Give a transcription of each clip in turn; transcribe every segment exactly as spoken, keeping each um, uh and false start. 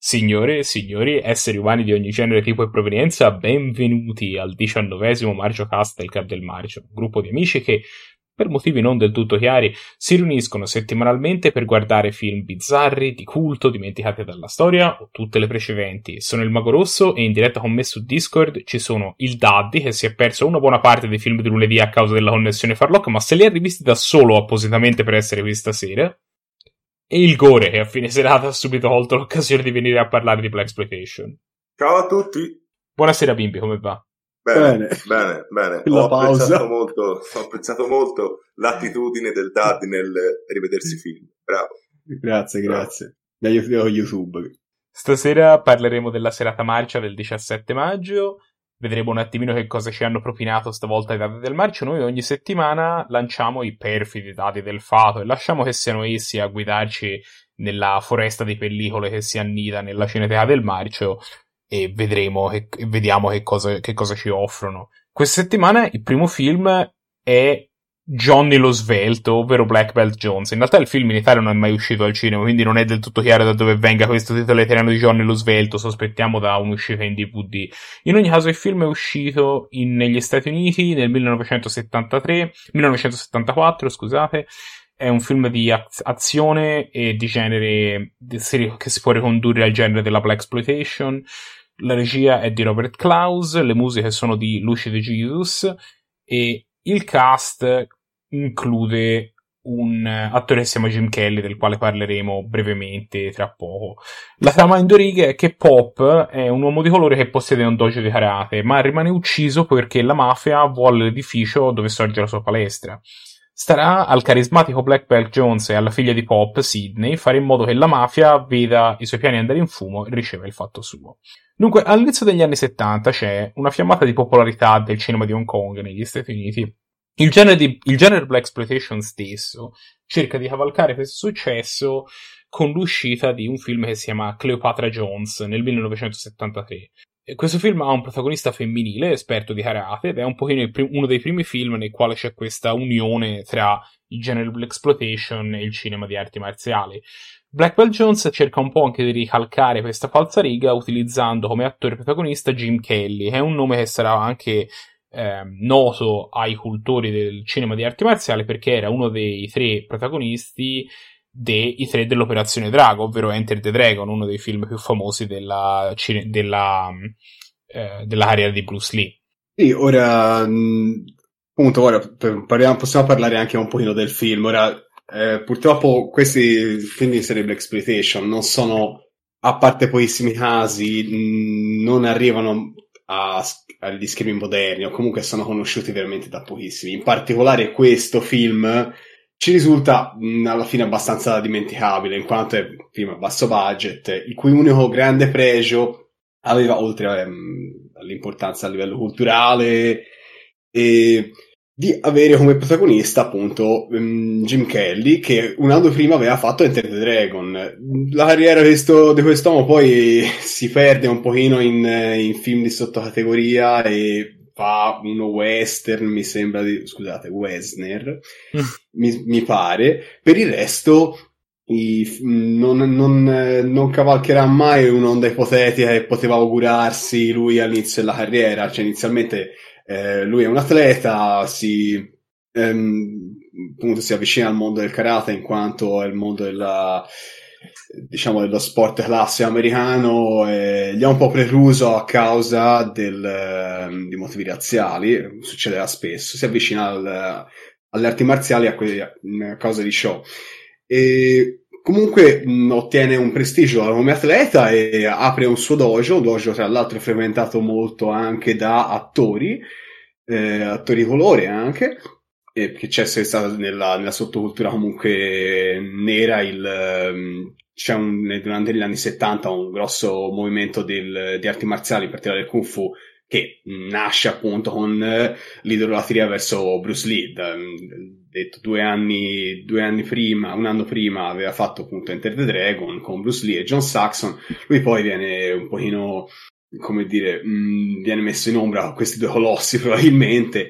Signore e signori, esseri umani di ogni genere, tipo e provenienza, benvenuti al diciannovesimo MargioCast del Club del Margio, un gruppo di amici che, per motivi non del tutto chiari, si riuniscono settimanalmente per guardare film bizzarri, di culto, dimenticati dalla storia o tutte le precedenti. Sono il Mago Rosso e in diretta con me su Discord ci sono il Daddy, che si è perso una buona parte dei film di lunedì a causa della connessione Farlock, ma se li ha rivisti da solo appositamente per essere qui stasera. E il Gore, che a fine serata ha subito colto l'occasione di venire a parlare di Blaxploitation. Ciao a tutti. Buonasera bimbi, come va? Bene, bene, bene. La ho, pausa. apprezzato molto, ho apprezzato molto l'attitudine del Daddy nel rivedersi film. Bravo. Grazie, grazie. Da YouTube. Stasera parleremo della serata marcia del diciassette maggio. Vedremo un attimino che cosa ci hanno propinato stavolta i dati del marcio. Noi ogni settimana lanciamo i perfidi dati del fato e lasciamo che siano essi a guidarci nella foresta di pellicole che si annida nella Cineteca del Marcio e vedremo e vediamo che cosa, che cosa ci offrono. Questa settimana il primo film è Johnny lo Svelto, ovvero Black Belt Jones. In realtà il film in Italia non è mai uscito al cinema, quindi non è del tutto chiaro da dove venga questo titolo italiano di Johnny lo Svelto. Sospettiamo da un'uscita in D V D. In ogni caso il film è uscito in, negli Stati Uniti nel millenovecentosettantatré millenovecentosettantaquattro, scusate. È un film di az- azione e di genere di serie che si può ricondurre al genere della Blaxploitation. La regia è di Robert Clouse, le musiche sono di Lucy De Jesus e il cast include un attore che si chiama Jim Kelly, del quale parleremo brevemente tra poco. La trama in due righe è che Pop è un uomo di colore che possiede un dojo di karate, ma rimane ucciso perché la mafia vuole l'edificio dove sorge la sua palestra. Starà al carismatico Black Belt Jones e alla figlia di Pop, Sydney, fare in modo che la mafia veda i suoi piani andare in fumo e riceva il fatto suo. Dunque, all'inizio degli anni settanta c'è una fiammata di popolarità del cinema di Hong Kong negli Stati Uniti. Il genere, di, il genere Blaxploitation stesso cerca di cavalcare questo successo con l'uscita di un film che si chiama Cleopatra Jones nel millenovecentosettantatré. E questo film ha un protagonista femminile, esperto di karate, ed è un pochino prim- uno dei primi film nel quale c'è questa unione tra il genere Blaxploitation e il cinema di arti marziali. Black Belt Jones cerca un po' anche di ricalcare questa falsariga utilizzando come attore protagonista Jim Kelly, che è un nome che sarà anche eh, noto ai cultori del cinema di arti marziali perché era uno dei tre protagonisti dei tre dell'Operazione Drago, ovvero Enter the Dragon, uno dei film più famosi della, cine- della, eh, della carriera di Bruce Lee. Sì, ora mh, appunto ora parliamo, possiamo parlare anche un pochino del film. Ora eh, purtroppo questi film di serie Blaxploitation non sono, a parte pochissimi casi, mh, non arrivano a, agli schermi moderni o comunque sono conosciuti veramente da pochissimi. In particolare questo film ci risulta mh, alla fine abbastanza dimenticabile, in quanto è un film a basso budget, il cui unico grande pregio aveva, oltre ehm, all'importanza a livello culturale, e di avere come protagonista appunto um, Jim Kelly, che un anno prima aveva fatto Enter the Dragon. La carriera di, questo, di quest'uomo poi si perde un pochino in, in film di sottocategoria e fa uno western, mi sembra di, scusate, Westner, mi, mi pare. Per il resto i, non, non, non cavalcherà mai un'onda ipotetica che poteva augurarsi lui all'inizio della carriera. Cioè inizialmente eh, lui è un atleta, si ehm, appunto si avvicina al mondo del karate in quanto è il mondo della, diciamo, dello sport classico americano, e gli ha un po' precluso a causa del, di motivi razziali, succedeva spesso, si avvicina al, alle arti marziali a, que- a causa di ciò. E comunque mh, ottiene un prestigio come atleta e apre un suo dojo, un dojo tra l'altro frequentato molto anche da attori, eh, attori di colore anche, e che c'è stato nella, nella sottocultura comunque nera il, c'è un, durante gli anni settanta un grosso movimento del, di arti marziali, in particolare del Kung Fu, che nasce appunto con l'idolatria verso Bruce Lee. Da, detto due anni, due anni prima, un anno prima aveva fatto appunto Enter the Dragon con Bruce Lee e John Saxon. Lui poi viene un pochino, come dire, mh, viene messo in ombra questi due colossi probabilmente.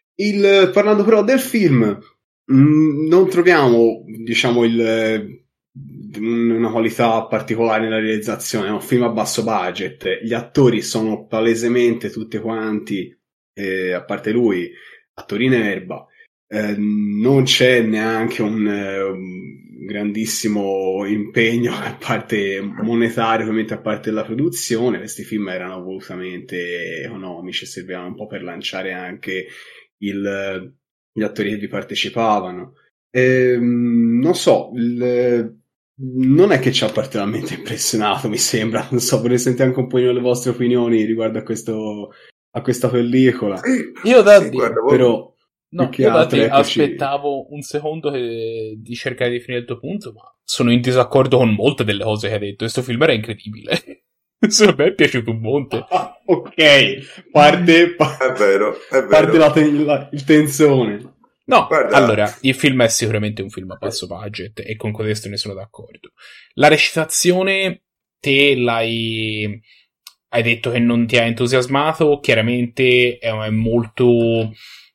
Il, parlando però del film, mh, non troviamo, diciamo, il una qualità particolare nella realizzazione, è un film a basso budget, gli attori sono palesemente tutti quanti, eh, a parte lui, attori in erba, eh, non c'è neanche un, eh, un grandissimo impegno a parte monetario, ovviamente a parte della produzione. Questi film erano volutamente economici, servivano un po' per lanciare anche il, gli attori che vi partecipavano. Eh, non so, il, non è che ci ha particolarmente impressionato, mi sembra. Non so, vorrei sentire anche un po' le vostre opinioni riguardo a questo, a questa pellicola. Sì, io da sì, guarda, però no, io da te aspettavo un secondo che, di cercare di finire il tuo punto, ma sono in disaccordo con molte delle cose che hai detto. Questo film era incredibile. A me è piaciuto un monte. Ah, ok, parte, pa- è vero, è vero. parte la ten- la, il tenzone. No, Guarda. Allora, il film è sicuramente un film a basso budget e con questo ne sono d'accordo. La recitazione, te l'hai... hai detto che non ti ha entusiasmato, chiaramente è, è molto...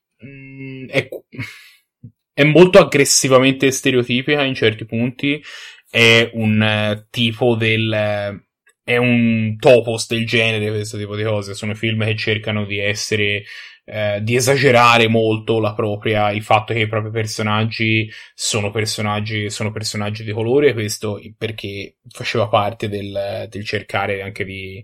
È, è molto aggressivamente stereotipica in certi punti, è un uh, tipo del... è un topos del genere, questo tipo di cose. Sono film che cercano di essere... Eh, di esagerare molto la propria, il fatto che i propri personaggi sono personaggi sono personaggi di colore, questo perché faceva parte del, del cercare anche di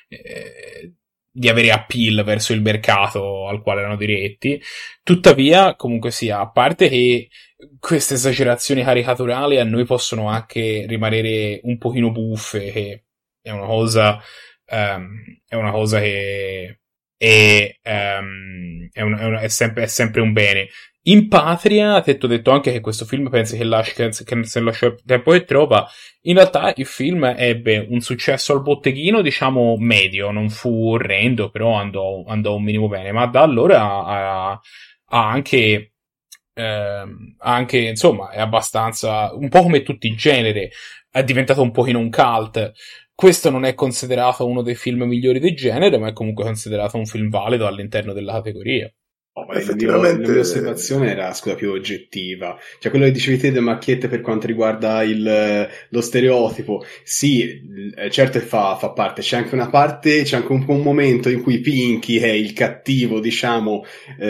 eh, di avere appeal verso il mercato al quale erano diretti. Tuttavia, comunque sia, a parte che queste esagerazioni caricaturali a noi possono anche rimanere un pochino buffe, che è una cosa um, è una cosa che E, um, è, un, è, un, è, sempre, è sempre un bene. In Patria, ti ho detto anche che questo film pensi che lascia, che se lascia il tempo che trova. In realtà il film ebbe un successo al botteghino, diciamo medio, non fu orrendo, però andò, andò un minimo bene. Ma da allora ha, ha anche, ehm, anche, insomma, è abbastanza, un po' come tutti i generi, è diventato un pochino un cult. Questo non è considerato uno dei film migliori del genere, ma è comunque considerato un film valido all'interno della categoria. Oh, ma effettivamente la mia osservazione era, scusa, più oggettiva. Cioè, quello che dicevi te delle macchiette per quanto riguarda il, lo stereotipo, sì, certo fa, fa parte. C'è anche una parte, c'è anche un, un momento in cui Pinky è il cattivo, diciamo,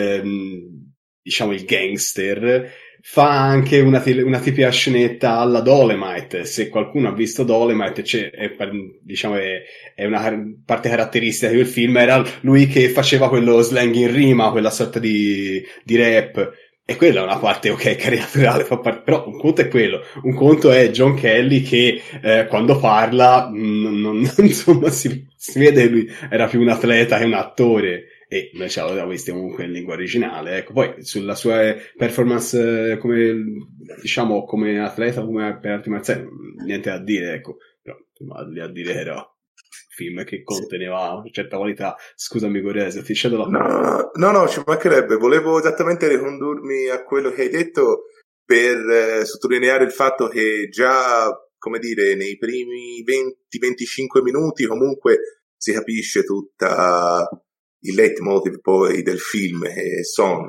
ehm, diciamo il gangster, fa anche una, te- una tipica scenetta alla Dolemite. Se qualcuno ha visto Dolemite, c'è, è, diciamo è, è una parte caratteristica del film, era lui che faceva quello slang in rima, quella sorta di, di rap, e quella è una parte ok, caricaturale, fa parte, però un conto è quello, un conto è John Kelly che eh, quando parla non, non, insomma si, si vede che lui era più un atleta che un attore, e noi ce l'abbiamo visto comunque in lingua originale. Ecco, poi sulla sua performance eh, come, diciamo, come atleta, come per arti marziali, niente da dire, ecco, però lì a dire era un film che conteneva una certa qualità. Scusami Correse, ti cedo la parola. No, no, no, ci mancherebbe, volevo esattamente ricondurmi a quello che hai detto per eh, sottolineare il fatto che già, come dire, nei primi venti venticinque minuti comunque si capisce tutta il leitmotiv poi del film, che sono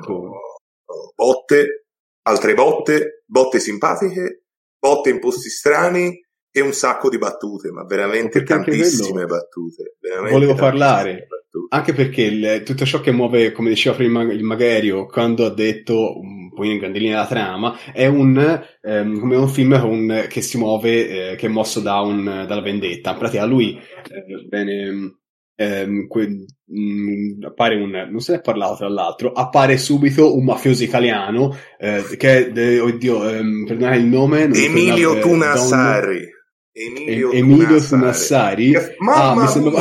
botte, altre botte, botte simpatiche, botte in posti strani e un sacco di battute, ma veramente tantissime battute. Veramente volevo parlare, battute. Anche perché il, tutto ciò che muove, come diceva prima il Magherio, quando ha detto un po' in grandi linee la trama, è un, ehm, come un film un, che si muove, eh, che è mosso da un, dalla vendetta. In pratica lui, eh, bene... Um, que- um, appare un non se ne è parlato tra l'altro, appare subito un mafioso italiano eh, che è, oddio, um, perdonate il nome, Emilio Tunassari. Emilio, e- Emilio Tunassari. Yes, mamma ah, mi sembra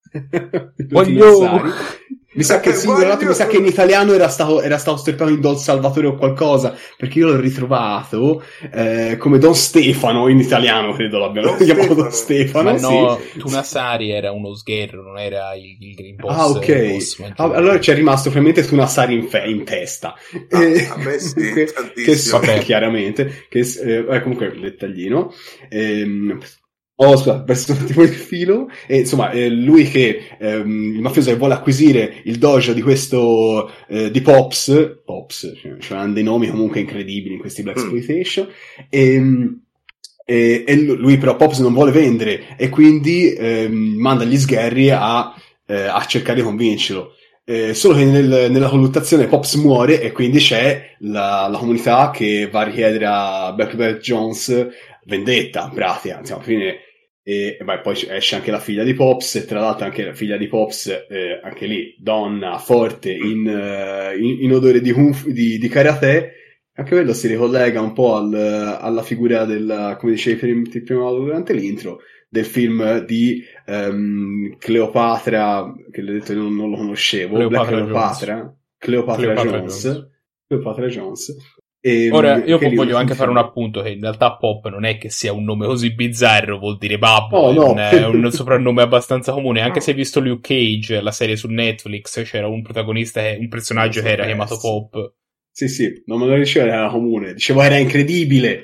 Voglio... mi sa che sì, mi sa che in italiano era stato era stato sterpato in Don Salvatore o qualcosa, perché io l'ho ritrovato eh, come Don Stefano in italiano, credo l'abbiamo Don chiamato Stefano. Don Stefano. Ma no, sì. Tunassari era uno sgherro, non era il, il Green Boss. Ah, ok. Boss ah, allora c'è rimasto probabilmente Tunassari in, fe- in testa. Ah, eh, a me sì, che, che so, chiaramente, che eh, comunque il dettaglino. Ehm, Oh, scusa, perso tipo il filo. E insomma, eh, lui che ehm, il mafioso che vuole acquisire il dojo di questo eh, di Pops, Pops, cioè, cioè hanno dei nomi comunque incredibili in questi Black Exploitation. Mm. E e, e lui però Pops non vuole vendere e quindi ehm, manda gli sgherri a, eh, a cercare di convincerlo. Eh, solo che nel, nella colluttazione Pops muore e quindi c'è la, la comunità che va a richiedere a Black Belt Jones vendetta, in pratica, insomma, alla fine. E, e beh, poi esce anche la figlia di Pops, e tra l'altro anche la figlia di Pops, eh, anche lì, donna, forte, in, uh, in, in odore di, di, di karate. Anche quello si ricollega un po' al, alla figura del, come dicevi prima durante l'intro, del film di um, Cleopatra, che l'ho detto non, non lo conoscevo, Cleopatra Black Cleopatra, Jones. Cleopatra, Cleopatra Jones, Jones. Cleopatra Jones. E, Ora, io voglio lì, anche fare un appunto che in realtà Pop non è che sia un nome così bizzarro, vuol dire babbo, oh, è, no. un, è un soprannome abbastanza comune, anche se hai visto Luke Cage, la serie su Netflix, c'era un protagonista, un personaggio che era chiamato Pop. Sì, sì, non me lo dicevo, era comune, dicevo era incredibile.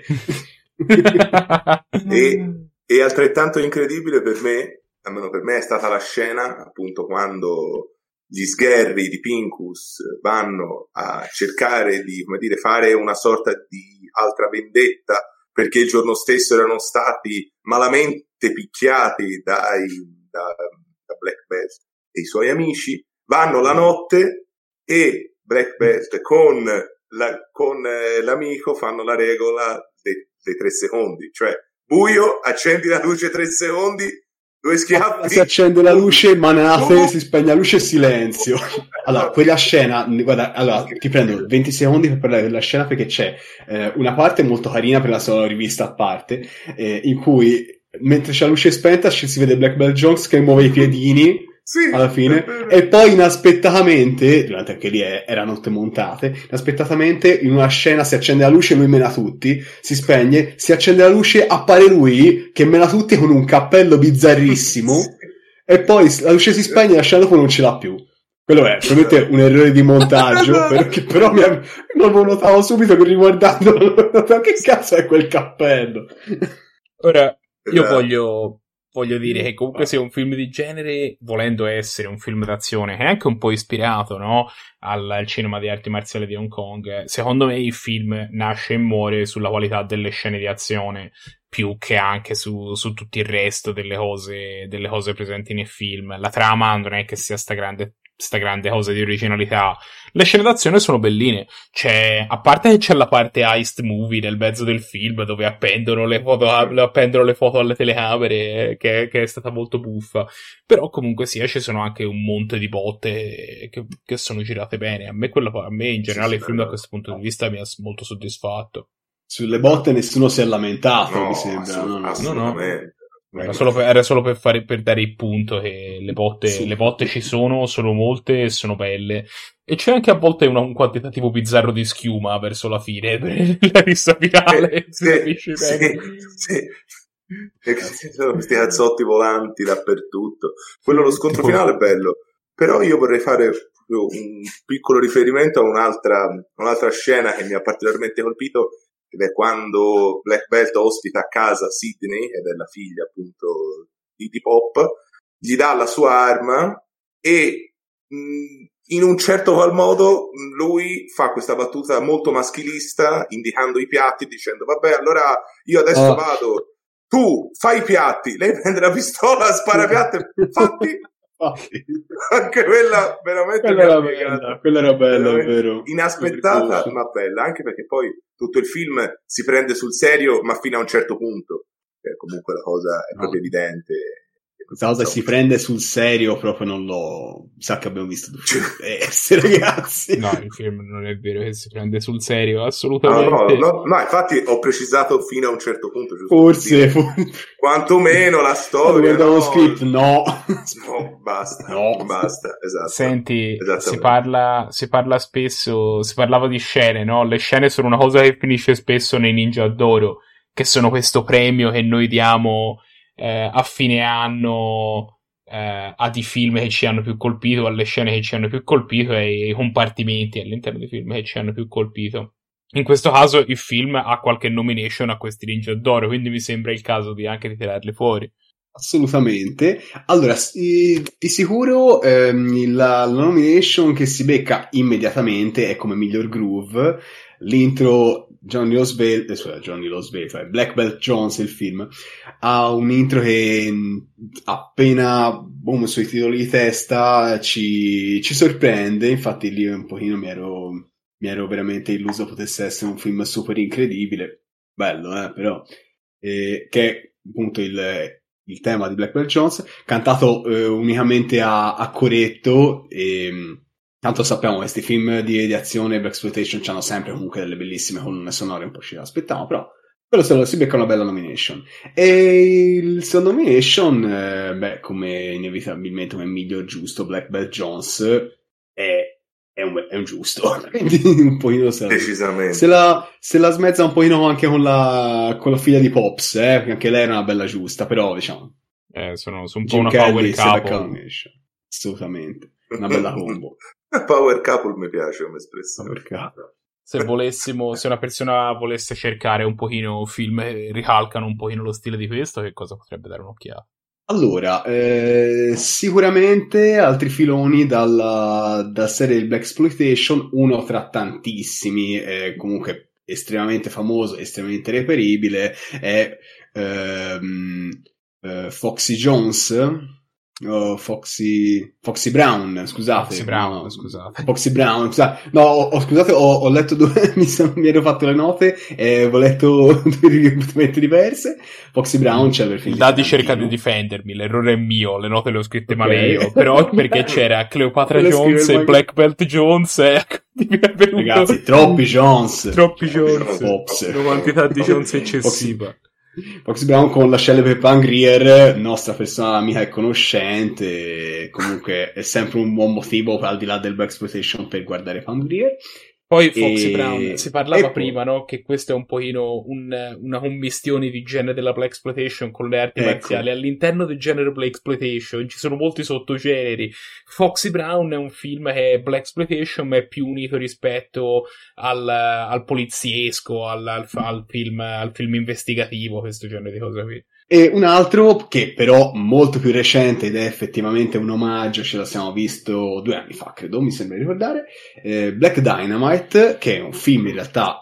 e, e altrettanto incredibile per me, almeno per me, è stata la scena, appunto, quando gli sgherri di Pincus vanno a cercare di, come dire, fare una sorta di altra vendetta, perché il giorno stesso erano stati malamente picchiati dai, da, da Black Belt e i suoi amici, vanno la notte e Black Belt con, la, con eh, l'amico fanno la regola dei, dei tre secondi, cioè buio, accendi la luce tre secondi, due schiaffi, si accende la luce, manate, oh! Si spegne la luce e silenzio. Allora, quella scena, guarda, allora ti prendo venti secondi per parlare della scena, perché c'è eh, una parte molto carina per la sola rivista a parte, eh, in cui mentre c'è la luce spenta si vede Black Belt Jones che muove i piedini. Sì, alla fine, e poi inaspettatamente, durante anche lì era notte montate, inaspettatamente in una scena si accende la luce, lui mena tutti, si spegne, si accende la luce, appare lui che mena tutti con un cappello bizzarrissimo e poi la luce si spegne e la scena dopo non ce l'ha più. Quello è probabilmente un errore di montaggio, perché però mi av- non lo notavo subito che riguardando che cazzo è quel cappello. Ora io voglio Voglio dire che comunque sia un film di genere, volendo essere un film d'azione, che è anche un po' ispirato, no, al, al cinema di arti marziali di Hong Kong. Secondo me il film nasce e muore sulla qualità delle scene di azione, più che anche su, su tutto il resto delle cose, delle cose presenti nel film. La trama non è che sia sta grande, sta grande cosa di originalità. Le scene d'azione sono belline. C'è, a parte che c'è la parte heist movie nel mezzo del film, dove appendono le foto, appendono le foto alle telecamere, che, che è stata molto buffa. Però comunque sia, ci sono anche un monte di botte che, che sono girate bene. A me, quello, a me in generale sì, il film da questo punto di vista mi ha molto soddisfatto. Sulle botte nessuno si è lamentato, no, mi sembra. Assolut- no, no, assolutamente. Era solo per, era solo per, fare, per dare il punto che le botte, sì. le botte ci sono, sono molte e sono belle. E c'è anche a volte una, un quantitativo bizzarro di schiuma verso la fine, per la rissa finale. Eh, si sì, capisce sì, bene. Sì. E ci sono questi cazzotti volanti dappertutto. Quello, lo scontro finale è bello. Però io vorrei fare un piccolo riferimento a un'altra, un'altra scena che mi ha particolarmente colpito, ed è quando Black Belt ospita a casa Sydney, ed è la figlia appunto di, di Pop, gli dà la sua arma e mh, in un certo qual modo lui fa questa battuta molto maschilista, indicando i piatti, dicendo vabbè, allora io adesso oh. vado, tu fai i piatti, lei prende la pistola, spara piatti, fatti. Anche quella veramente quella era bella, quella era bella, vero? Inaspettata ma bella, anche perché poi tutto il film si prende sul serio ma fino a un certo punto, eh, comunque la cosa è no. proprio evidente. Questa cosa si prende sul serio proprio non lo sa che abbiamo visto tutti ragazzi. No, il film non è vero che si prende sul serio assolutamente. No, no, no, no, infatti ho precisato fino a un certo punto, giusto? Forse, forse. Quantomeno la storia no, no. script no. No, basta. No, basta, esatto. Senti, si parla si parla spesso, si parlava di scene, no? Le scene sono una cosa che finisce spesso nei Ninja d'Oro, che sono questo premio che noi diamo Eh, a fine anno eh, a di film che ci hanno più colpito, alle scene che ci hanno più colpito e ai compartimenti all'interno dei film che ci hanno più colpito. In questo caso il film ha qualche nomination a questi Ninja d'Oro, quindi mi sembra il caso di anche di tirarli fuori. Assolutamente. Allora, sì, di sicuro ehm, la, la nomination che si becca immediatamente è come miglior groove l'intro Johnny Lo Svelto, cioè Johnny Lo Svelto, cioè Black Belt Jones il film, ha un intro che appena boom sui titoli di testa ci, ci sorprende. Infatti lì un pochino mi ero, mi ero veramente illuso potesse essere un film super incredibile, bello eh, però, eh, che è appunto il il tema di Black Belt Jones, cantato eh, unicamente a, a coretto, e tanto sappiamo che questi film di, di azione e blaxploitation hanno sempre comunque delle bellissime colonne sonore, un po' ci aspettavamo, però quello se lo si becca una bella nomination. E il secondo nomination, eh, beh, come inevitabilmente come miglior giusto, Black Belt Jones è È un, è un giusto, quindi un pochino se la, decisamente se la, se la smezza un pochino anche con la, con la figlia di Pops, eh, perché anche lei era una bella giusta, però diciamo eh, sono, sono un po' Jim una Kelly power couple, assolutamente una bella combo. Power couple mi piace come espressione. Se volessimo, se una persona volesse cercare un pochino film che ricalcano un pochino lo stile di questo, che cosa potrebbe dare un'occhiata? Allora, eh, sicuramente altri filoni dalla, dalla serie di Blaxploitation, uno tra tantissimi, eh, comunque estremamente famoso, estremamente reperibile, è ehm, eh, Foxy Jones, oh, Foxy, Foxy Brown, scusate. Foxy Brown, no, scusate. Foxy Brown, scusate. No, ho, scusate, ho, ho letto due, mi, sono, mi ero fatto le note e ho letto due review completamente diverse. Foxy Brown c'è per film. Dadi cerca di difendermi, l'errore è mio, le note le ho scritte okay. male io, però perché c'era Cleopatra Jones e Black Belt Jones e mi è venuto... Ragazzi, troppi Jones. Troppi Jones. Pops. Una quantità di Jones eccessiva. Foxy. Foxy Brown con la celebre Pam Grier, nostra persona amica e conoscente, comunque è sempre un buon motivo al di là del blaxploitation per guardare Pam Grier. Poi Foxy e... Brown, si parlava e prima, no? Che questo è un pochino un, una commistione di genere della blaxploitation con le arti ecco. marziali. All'interno del genere blaxploitation ci sono molti sottogeneri. Foxy Brown è un film che è blaxploitation ma è più unito rispetto al, al poliziesco, al, al, al, film, al film investigativo, questo genere di cose qui. E un altro che però molto più recente ed è effettivamente un omaggio, ce l'abbiamo visto due anni fa, credo, mi sembra ricordare, eh, Black Dynamite, che è un film in realtà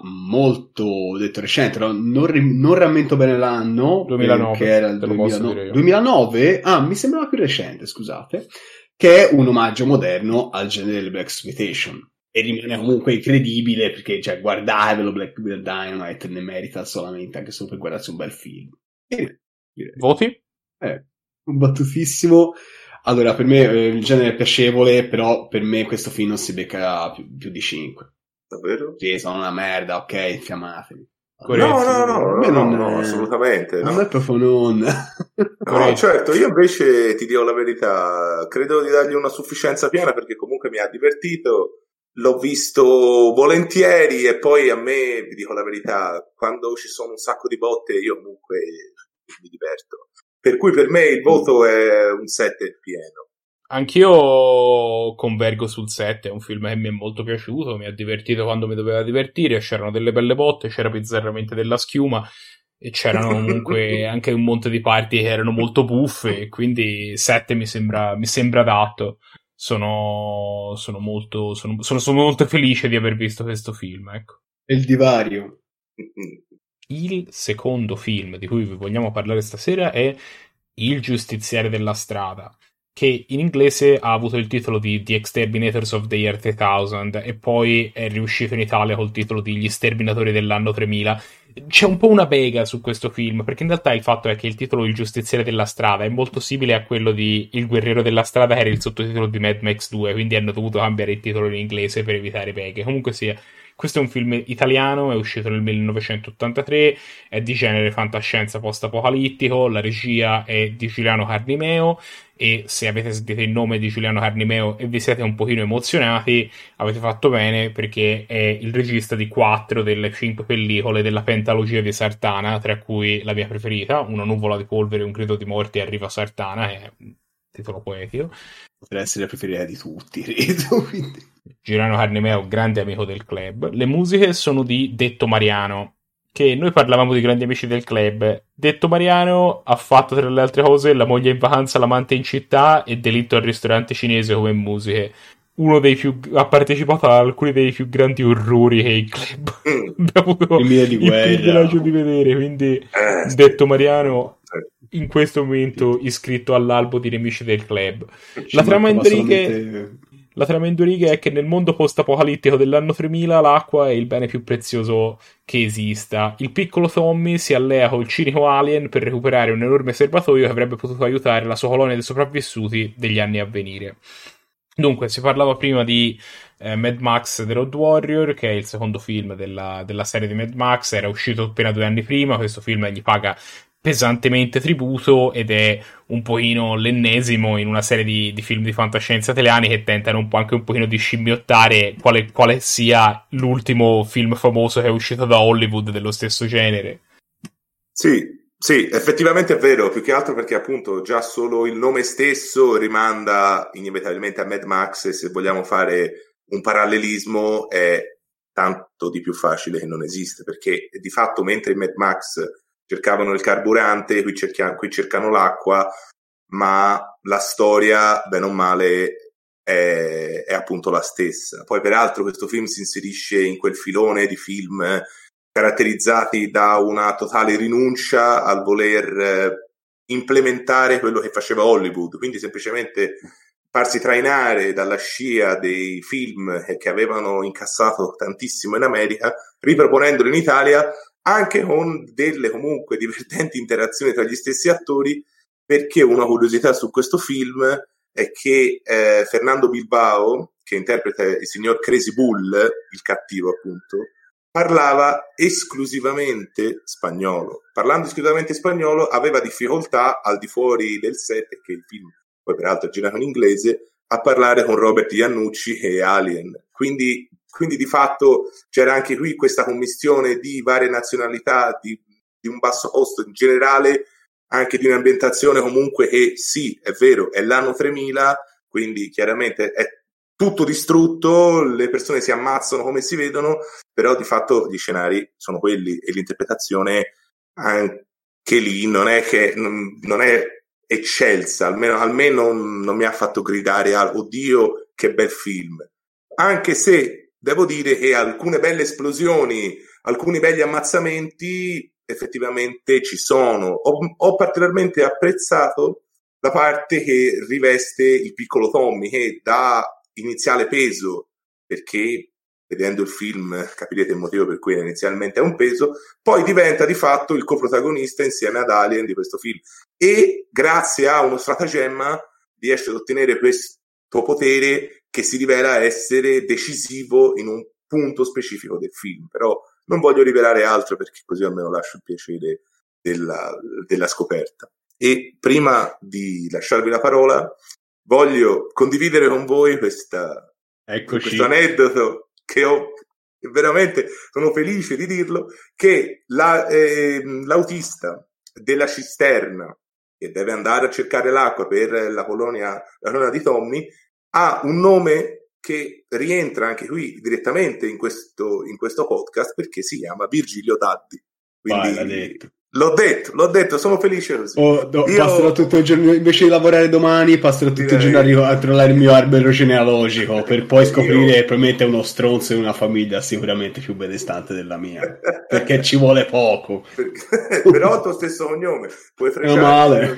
molto detto recente, non, ri- non rammento bene l'anno, duemilanove, che era il duemilanove, duemilanove, ah, mi sembrava più recente, scusate, che è un omaggio moderno al genere del blaxploitation. E rimane comunque incredibile perché, cioè, guardatevelo, Black Dynamite ne merita solamente anche solo per guardarsi un bel film. E direi. Voti? Eh, un battutissimo. Allora, per me eh, il genere è piacevole, però per me questo film non si becca più, più di cinque. Davvero? Sì, sono una merda, ok, infiammatevi. No, no, no, no, no, non, no, assolutamente. Non no. è proprio non. No, certo, io invece ti dico la verità, credo di dargli una sufficienza piena perché comunque mi ha divertito. L'ho visto volentieri e poi a me, vi dico la verità, quando ci sono un sacco di botte io comunque mi diverto. Per cui per me il voto è un sette pieno. Anch'io convergo sul sette, è un film che mi è molto piaciuto, mi ha divertito quando mi doveva divertire, c'erano delle belle botte, c'era bizzarramente della schiuma e c'erano comunque anche un monte di parti che erano molto buffe, quindi sette mi sembra, mi sembra adatto. Sono, sono, molto, sono, sono, sono molto felice di aver visto questo film, ecco. Il divario. Il secondo film di cui vi vogliamo parlare stasera è Il giustiziere della strada, che in inglese ha avuto il titolo di The Exterminators of the Year tremila e poi è riuscito in Italia col titolo di Gli sterminatori dell'anno tremila. C'è un po' una bega su questo film, perché in realtà il fatto è che il titolo Il giustiziere della strada è molto simile a quello di Il guerriero della strada, che era il sottotitolo di Mad Max due, quindi hanno dovuto cambiare il titolo in inglese per evitare beghe. Comunque sia, questo è un film italiano, è uscito nel millenovecentottantatré, è di genere fantascienza post-apocalittico, la regia è di Giuliano Carnimeo, e se avete sentito il nome di Giuliano Carnimeo e vi siete un pochino emozionati, avete fatto bene, perché è il regista di quattro delle cinque pellicole della pentalogia di Sartana, tra cui la mia preferita, Una nuvola di polvere e un grido di morte e arriva Sartana, è un titolo poetico. Potrebbe essere la preferita di tutti, credo, quindi... Giuliano Carnimeo, grande amico del club. Le musiche sono di Detto Mariano, che noi parlavamo di Grandi Amici del Club. Detto Mariano ha fatto, tra le altre cose, La moglie in vacanza, L'amante in città e Delitto al ristorante cinese come musiche. Uno dei più ha partecipato a alcuni dei più grandi orrori che il club abbia avuto il privilegio di vedere, quindi eh, detto Mariano in questo momento iscritto all'albo di nemici del club. La trama in due righe la trama in due righe è che nel mondo post-apocalittico dell'anno tremila l'acqua è il bene più prezioso che esista. Il piccolo Tommy si allea col cinico Alien per recuperare un enorme serbatoio che avrebbe potuto aiutare la sua colonia di sopravvissuti degli anni a venire. Dunque, si parlava prima di eh, Mad Max The Road Warrior, che è il secondo film della, della serie di Mad Max, era uscito appena due anni prima, questo film gli paga pesantemente tributo ed è un pochino l'ennesimo in una serie di, di film di fantascienza italiani che tentano un po' anche un pochino di scimmiottare quale, quale sia l'ultimo film famoso che è uscito da Hollywood dello stesso genere. Sì. Sì, effettivamente è vero, più che altro perché appunto già solo il nome stesso rimanda inevitabilmente a Mad Max e se vogliamo fare un parallelismo è tanto di più facile che non esiste, perché di fatto mentre in Mad Max cercavano il carburante, qui, cerchiamo, qui cercano l'acqua, ma la storia, bene o male, è, è appunto la stessa. Poi peraltro questo film si inserisce in quel filone di film caratterizzati da una totale rinuncia al voler eh, implementare quello che faceva Hollywood, quindi semplicemente farsi trainare dalla scia dei film che avevano incassato tantissimo in America, riproponendolo in Italia anche con delle comunque divertenti interazioni tra gli stessi attori, perché una curiosità su questo film è che eh, Fernando Bilbao, che interpreta il signor Crazy Bull, il cattivo appunto, parlava esclusivamente spagnolo. Parlando esclusivamente spagnolo aveva difficoltà al di fuori del set, perché il film poi peraltro è girato in inglese, a parlare con Robert Iannucci e Alien. Quindi, quindi di fatto c'era anche qui questa commistione di varie nazionalità, di, di un basso costo in generale, anche di un'ambientazione comunque che sì, è vero, è l'anno tremila, quindi chiaramente è tutto distrutto, le persone si ammazzano come si vedono, però di fatto gli scenari sono quelli e l'interpretazione anche lì non è che non è eccelsa, almeno, almeno non mi ha fatto gridare al oddio che bel film, anche se devo dire che alcune belle esplosioni, alcuni belli ammazzamenti effettivamente ci sono. Ho, ho particolarmente apprezzato la parte che riveste il piccolo Tommy, che dà iniziale peso, perché vedendo il film capirete il motivo per cui inizialmente è un peso, poi diventa di fatto il coprotagonista insieme ad Alien di questo film e grazie a uno stratagemma riesce ad ottenere questo potere che si rivela essere decisivo in un punto specifico del film. Però non voglio rivelare altro perché così almeno lascio il piacere della, della scoperta. E prima di lasciarvi la parola voglio condividere con voi questa, questo aneddoto che ho veramente, sono felice di dirlo, che la, eh, l'autista della cisterna che deve andare a cercare l'acqua per la colonia, la colonia di Tommy ha un nome che rientra anche qui direttamente in questo, in questo podcast, perché si chiama Virgilio Daddi. Quindi Vai, detto. L'ho detto, l'ho detto, sono felice così. Oh, no, Io... passerò tutto il giorno, invece di lavorare domani, passerò tutto Direi... il giorno a trovare il mio albero genealogico per poi scoprire Io... che probabilmente è uno stronzo in una famiglia sicuramente più benestante della mia, perché ci vuole poco. Perché... Però il tuo stesso cognome, puoi fregare. Meno male.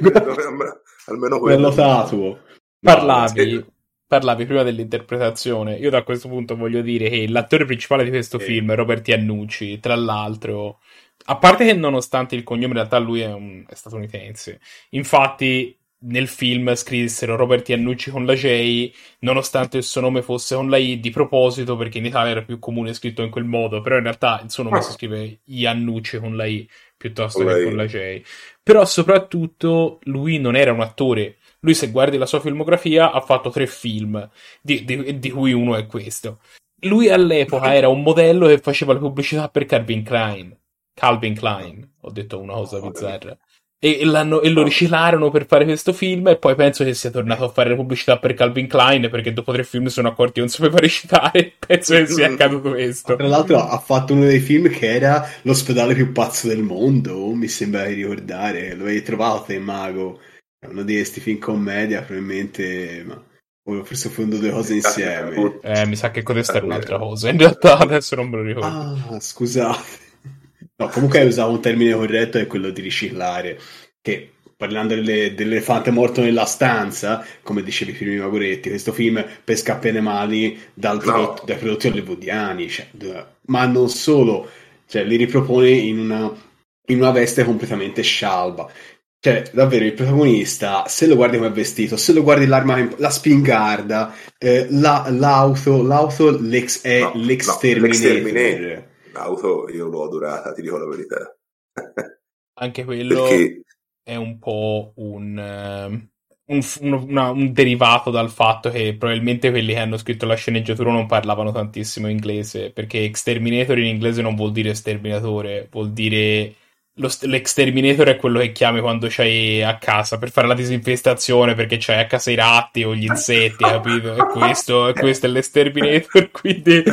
Almeno quello. Me lo tatuo. Parlavi... No, Parlavi prima dell'interpretazione. Io da questo punto voglio dire che l'attore principale di questo eh. film è Robert Iannucci, tra l'altro, a parte che nonostante il cognome in realtà lui è, un, è statunitense, infatti nel film scrissero Robert Iannucci con la J nonostante il suo nome fosse con la I di proposito, perché in Italia era più comune scritto in quel modo, però in realtà il suo nome ah. si scrive Iannucci con la I piuttosto con che con la J. Però soprattutto lui non era un attore. Lui, se guardi la sua filmografia, ha fatto tre film, di, di, di cui uno è questo. Lui all'epoca era un modello che faceva le pubblicità per Calvin Klein. Calvin Klein, ho detto una cosa bizzarra. E, e, l'hanno, e lo riciclarono per fare questo film, e poi penso che sia tornato a fare pubblicità per Calvin Klein, perché dopo tre film sono accorti che non sapeva recitare. Penso che sia accaduto questo. Tra l'altro ha fatto uno dei film che era l'ospedale più pazzo del mondo, mi sembra di ricordare, lo avevi trovato te, Mago, è uno di questi film commedia probabilmente, ma forse fondo due cose insieme. Eh, mi sa che questa era un'altra cosa, in realtà adesso non me lo ricordo. Ah, scusate. No, comunque usavo un termine corretto, è quello di riciclare, che parlando delle, dell'elefante morto nella stanza, come dicevi prima Goretti, questo film pesca appene mali dal prodotto, no. dai prodotti hollywoodiani, cioè, ma non solo, cioè, li ripropone in una, in una veste completamente scialba. Cioè, davvero, il protagonista, se lo guardi come è vestito, se lo guardi l'arma, la spingarda, eh, la, l'auto, l'auto l'ex, è no, l'exterminator. No, l'auto io l'ho adorata, ti dico la verità. Anche quello Perché... è un po' un, uh, un, un, una, un derivato dal fatto che probabilmente quelli che hanno scritto la sceneggiatura non parlavano tantissimo inglese, perché exterminator in inglese non vuol dire sterminatore, vuol dire... Lo, l'exterminator è quello che chiami quando c'hai a casa per fare la disinfestazione, perché c'hai a casa i ratti o gli insetti, capito? E questo, questo è l'esterminator. Quindi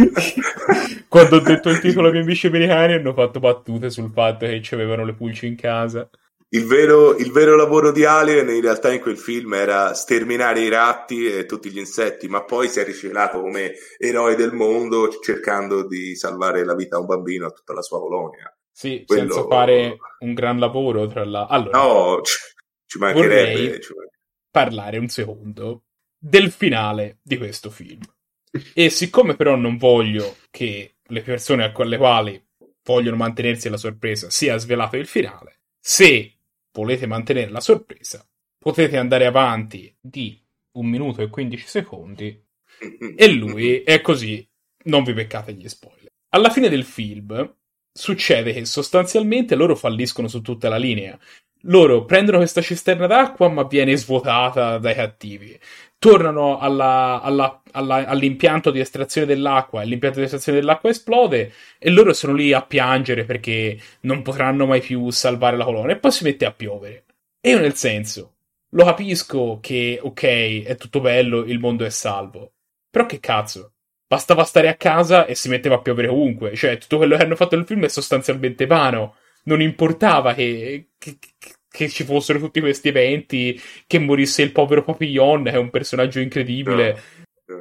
quando ho detto il titolo ai miei amici americani hanno fatto battute sul fatto che avevano le pulci in casa. Il vero, il vero lavoro di Alien in realtà in quel film era sterminare i ratti e tutti gli insetti, ma poi si è riciclato come eroe del mondo cercando di salvare la vita a un bambino e a tutta la sua colonia. Sì, Quello... senza fare un gran lavoro tra la... Allora, no, ci, ci mancherebbe. Vorrei ci mancherebbe. parlare un secondo del finale di questo film. E siccome però non voglio che le persone con le quali vogliono mantenersi alla sorpresa sia svelato il finale, se volete mantenere la sorpresa, potete andare avanti di un minuto e quindici secondi e lui è così, non vi peccate gli spoiler. Alla fine del film... succede che sostanzialmente loro falliscono su tutta la linea. Loro prendono questa cisterna d'acqua, ma viene svuotata dai cattivi. Tornano alla, alla, alla, all'impianto di estrazione dell'acqua, e l'impianto di estrazione dell'acqua esplode, e loro sono lì a piangere perché non potranno mai più salvare la colonia. E poi si mette a piovere. E io, nel senso, lo capisco che, ok, è tutto bello, il mondo è salvo. Però che cazzo? Bastava stare a casa e si metteva a piovere ovunque. Cioè, tutto quello che hanno fatto nel film è sostanzialmente vano. Non importava che, che, che ci fossero tutti questi eventi, che morisse il povero Papillon, che è un personaggio incredibile. No,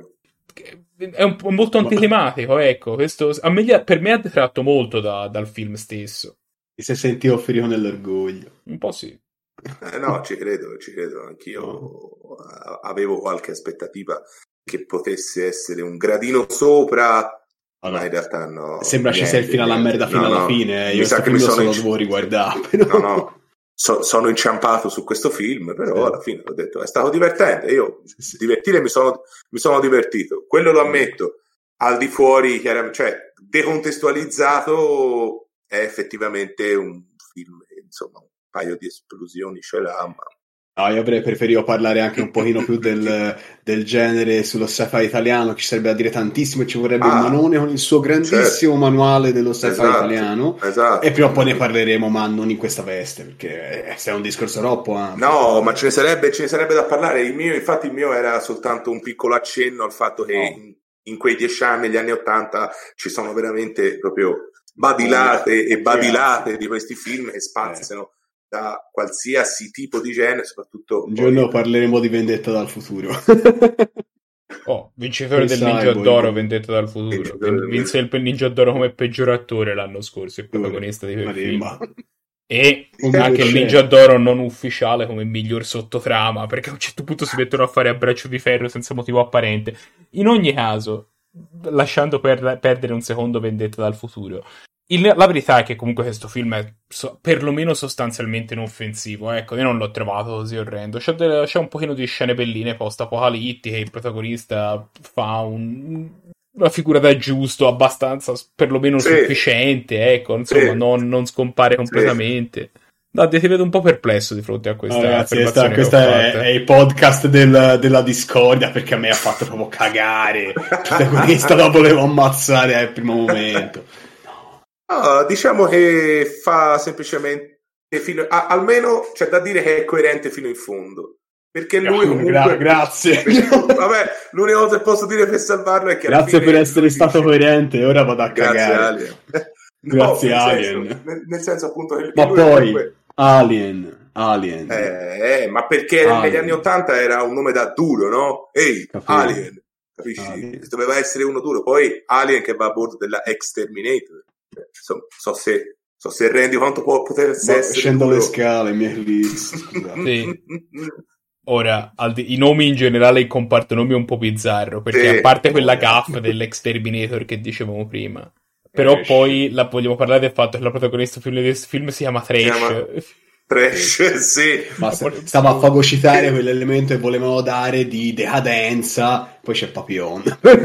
no. È un po' molto antitematico, ecco. Questo a me, per me ha detratto molto da, dal film stesso. Ti sei sentito ferito nell'orgoglio? Un po' sì. Eh, no, ci credo, ci credo. Anch'io no. Avevo qualche aspettativa che potesse essere un gradino sopra, allora, ma in realtà no. Sembra ci sia il fino alla merda fino no, alla no. fine. Io sa che mi sono lo devo riguardare. Però. No, no. So, sono inciampato su questo film, però sì. Alla fine ho detto è stato divertente. Io sì, sì. divertire mi sono, mi sono divertito. Quello lo ammetto. Al di fuori, cioè decontestualizzato, è effettivamente un film. Insomma, un paio di esplosioni ce l'ha, ma. No, io avrei preferito parlare anche un pochino più del, del genere sullo sci-fi italiano, ci sarebbe da dire tantissimo e ci vorrebbe ah, un Manone con il suo grandissimo certo. manuale dello sci-fi esatto, italiano esatto. E prima o poi ne parleremo, ma non in questa veste, perché è un discorso troppo ampio. No, ma ce ne sarebbe, ce ne sarebbe da parlare. Il mio, infatti il mio era soltanto un piccolo accenno al fatto che no. in, in quei dieci anni, negli anni Ottanta, ci sono veramente proprio badilate e badilate di questi film che spaziano eh. da qualsiasi tipo di genere, soprattutto un giorno poi... parleremo di Vendetta dal futuro. Oh, vincitore del Ninja d'Oro, Vendetta dal futuro. Vinse il Ninja d'Oro come peggior attore l'anno scorso, il protagonista di quel film. E anche il Ninja d'Oro non ufficiale come miglior sottotrama, perché a un certo punto si mettono a fare a braccio di ferro senza motivo apparente. In ogni caso, lasciando per, perdere un secondo Vendetta dal futuro, Il, la verità è che comunque questo film è so, perlomeno sostanzialmente inoffensivo, ecco, io non l'ho trovato così orrendo. C'è, delle, c'è un pochino di scene belline post-apocalittiche, il protagonista fa un, una figura da giusto abbastanza perlomeno sì. sufficiente, ecco, insomma, sì. non, non scompare completamente. Sì. No, ti vedo un po' perplesso di fronte a questa oh, ragazzi, questa, questa è, è il podcast del, della discordia, perché a me ha fatto proprio cagare. Il protagonista la volevo ammazzare al primo momento. No, diciamo che fa semplicemente che fino, a, almeno c'è da dire che è coerente fino in fondo. Perché lui comunque... Gra- grazie. Vabbè, l'unica cosa che posso dire per salvarlo è che... Grazie per essere stato dice... coerente, ora vado a Grazie, cagare. Alien. Grazie no, Alien. Senso, nel, nel senso appunto che... Ma lui poi, comunque... Alien, Alien. Eh, eh, ma perché Alien. Negli anni Ottanta era un nome da duro, no? Ehi, Capito. Alien. Capisci? Alien. Doveva essere uno duro. Poi Alien che va a bordo della Exterminator. Insomma, so se... So se rendi quanto può poter essere... Scendo duro. le scale, mi eclipse. Sì. Ora, di, i nomi in generale, il comparto nomi è un po' bizzarro, perché sì. a parte quella gaffa dell'Exterminator che dicevamo prima, però Trash. Poi la, vogliamo parlare del fatto che la protagonista film di questo film si chiama Trash. Si chiama Trash, sì. Basta, stava a fagocitare quell'elemento che volevano dare di decadenza, poi c'è Papillon.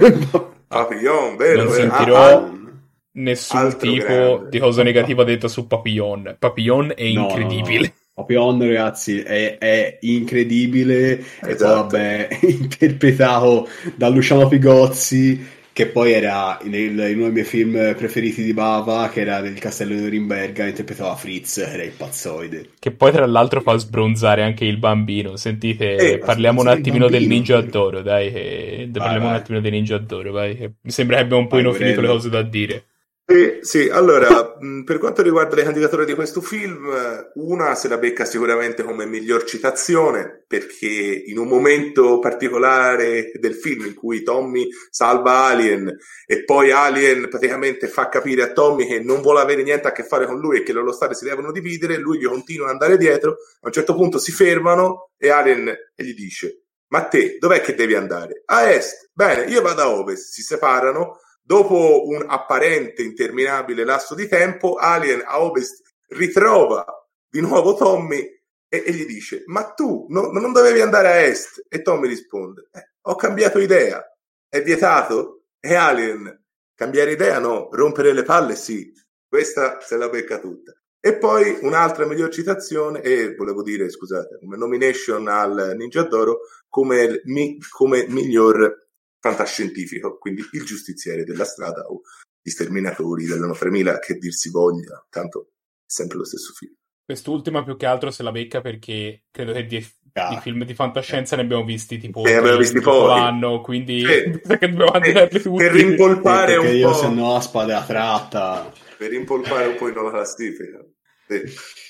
Papillon, vero? Non sentirò ah, nessun tipo grande. Di cosa negativa detta su Papillon. Papillon è no, incredibile. No. Papillon, ragazzi, è, è incredibile. Esatto. E poi, vabbè, interpretato da Luciano Pigozzi, che poi era nel, in uno dei miei film preferiti di Bava, che era del Castello di Norimberga, interpretava Fritz, era il pazzoide. Che poi tra l'altro fa sbronzare anche il bambino. Sentite, eh, parliamo un attimino del Ninja d'Oro, dai, che... vai, parliamo vai. un attimino del Ninja d'Oro, vai. Che mi sembra che abbiamo un po' finito le cose da dire. Sì, sì, allora, per quanto riguarda le candidature di questo film, una se la becca sicuramente come miglior citazione, perché in un momento particolare del film in cui Tommy salva Alien e poi Alien praticamente fa capire a Tommy che non vuole avere niente a che fare con lui e che loro stati si devono dividere, lui gli continua ad andare dietro, a un certo punto si fermano e Alien gli dice: ma te, dov'è che devi andare? A est. Bene, io vado a ovest. Si separano. Dopo un apparente interminabile lasso di tempo, Alien a ovest ritrova di nuovo Tommy e, e gli dice: ma tu no, non dovevi andare a est? E Tommy risponde: eh, ho cambiato idea. È vietato? E Alien: cambiare idea no, rompere le palle sì. Questa se la becca tutta. E poi un'altra miglior citazione, e volevo dire, scusate, come nomination al Ninja d'Oro, come, mi, come miglior fantascientifico, quindi Il giustiziere della strada o Gli sterminatori dell'anno tremila, che dir si voglia, tanto è sempre lo stesso film. Quest'ultima più che altro se la becca perché credo che di, ah. di film di fantascienza ne abbiamo visti tipo eh, abbiamo visti pochi l'anno, quindi eh, che dobbiamo eh, tutti. Per rimpolpare eh, un io po', se no a spada tratta, per rimpolpare un po' in nuova classifica. Eh.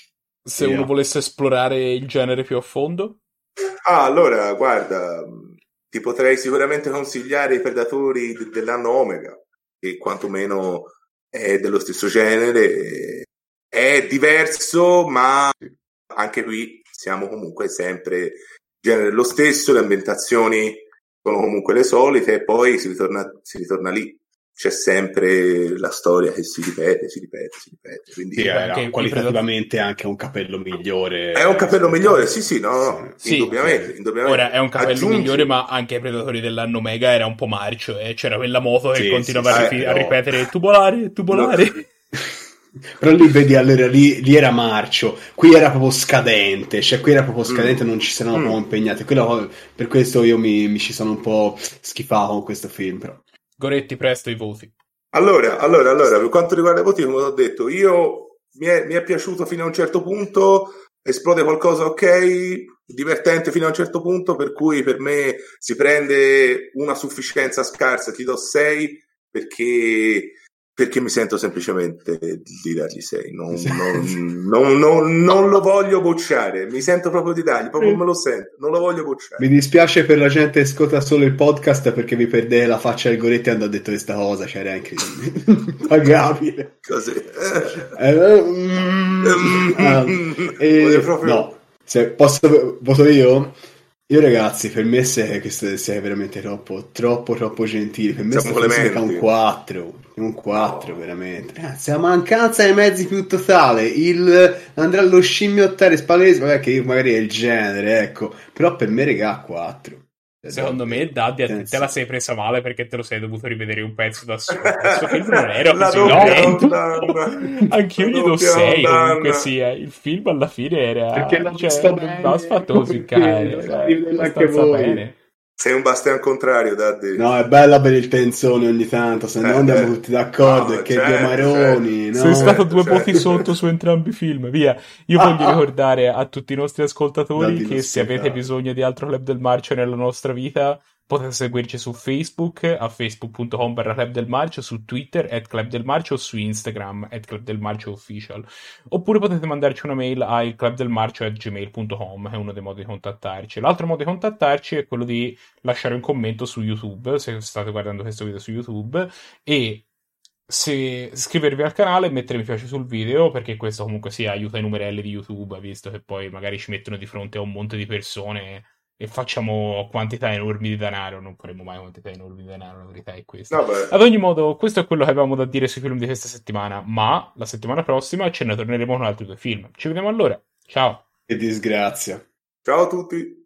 Se yeah. uno volesse esplorare il genere più a fondo, ah, allora guarda, ti potrei sicuramente consigliare I Predatori dell'anno Omega, che quantomeno è dello stesso genere, è diverso, ma anche qui siamo comunque sempre genere lo stesso, le ambientazioni sono comunque le solite e poi si ritorna, si ritorna lì. C'è sempre la storia che si ripete, si ripete, si ripete. Quindi sì, anche qualitativamente è anche un capello migliore. È un capello migliore, sì, sì, no, no sì. Indubbiamente, indubbiamente. Ora è un capello Aggiungi... migliore, ma anche ai Predatori dell'anno Omega era un po' marcio, eh? C'era quella moto che sì, continuava sì, a, rifi- eh, a ripetere tubolare, tubolare. No. Però lì vedi, allora lì, lì era marcio, qui era proprio scadente, cioè qui era proprio scadente, mm. non ci sono mm. proprio impegnati. Quello, per questo io mi, mi ci sono un po' schifato con questo film, però. Goretti, presto i voti. Allora, allora, allora, per quanto riguarda i voti, come ho detto, io mi è, mi è piaciuto fino a un certo punto, esplode qualcosa ok, divertente fino a un certo punto, per cui per me si prende una sufficienza scarsa, ti do sei, perché, perché mi sento semplicemente di dargli sei, non, non, non, non, non lo voglio bocciare, mi sento proprio di dargli, proprio me lo sento, non lo voglio bocciare. Mi dispiace per la gente che ascolta solo il podcast, perché vi perdete la faccia del Goretti quando ha detto questa cosa, cioè era incredibile. Pagabile. Così. Eh, mm, ah, e, proprio... No, se posso, voto io? Io ragazzi, per me se questo sia veramente troppo, troppo, troppo gentile. Per me è un quattro, un quattro no. veramente. Ragazzi, la mancanza dei mezzi più totale, il andare allo scimmiottare spalese, vabbè che magari è il genere, ecco. Però per me regà quattro. Secondo me Daddy, a te la sei presa male perché te lo sei dovuto rivedere un pezzo da solo. Questo film non era così lento. Anch'io gli do sei comunque sia. Il film alla fine era, perché non cioè, sta non ha fatto così caro, abbastanza bene. Sei un bastian contrario, Daddy. No, è bella per il tenzone ogni tanto, se no Eh, andiamo eh. tutti d'accordo. No, e che certo, due maroni, certo. no? Sei stato Certo, due certo. voti sotto su entrambi i film, via. Io Ah, voglio ah. ricordare a tutti i nostri ascoltatori Daddy, non che se avete spiegare. bisogno di altro Club del Marcio nella nostra vita, potete seguirci su Facebook, a facebook punto com barra Club del Marcio, su Twitter, at Club del Marcio, o su Instagram, at Club del Marcio Official. Oppure potete mandarci una mail a ilclubdelmarcio at gmail punto com, è uno dei modi di contattarci. L'altro modo di contattarci è quello di lasciare un commento su YouTube, se state guardando questo video su YouTube, e se iscrivervi al canale e mettere mi piace sul video, perché questo comunque sia aiuta i numerelli di YouTube, visto che poi magari ci mettono di fronte a un monte di persone e facciamo quantità enormi di denaro. Non faremo mai quantità enormi di denaro, la verità è questa. Vabbè. Ad ogni modo, questo è quello che avevamo da dire sui film di questa settimana, ma la settimana prossima ce ne torneremo con altri due film. Ci vediamo allora, ciao! Che disgrazia. Ciao a tutti.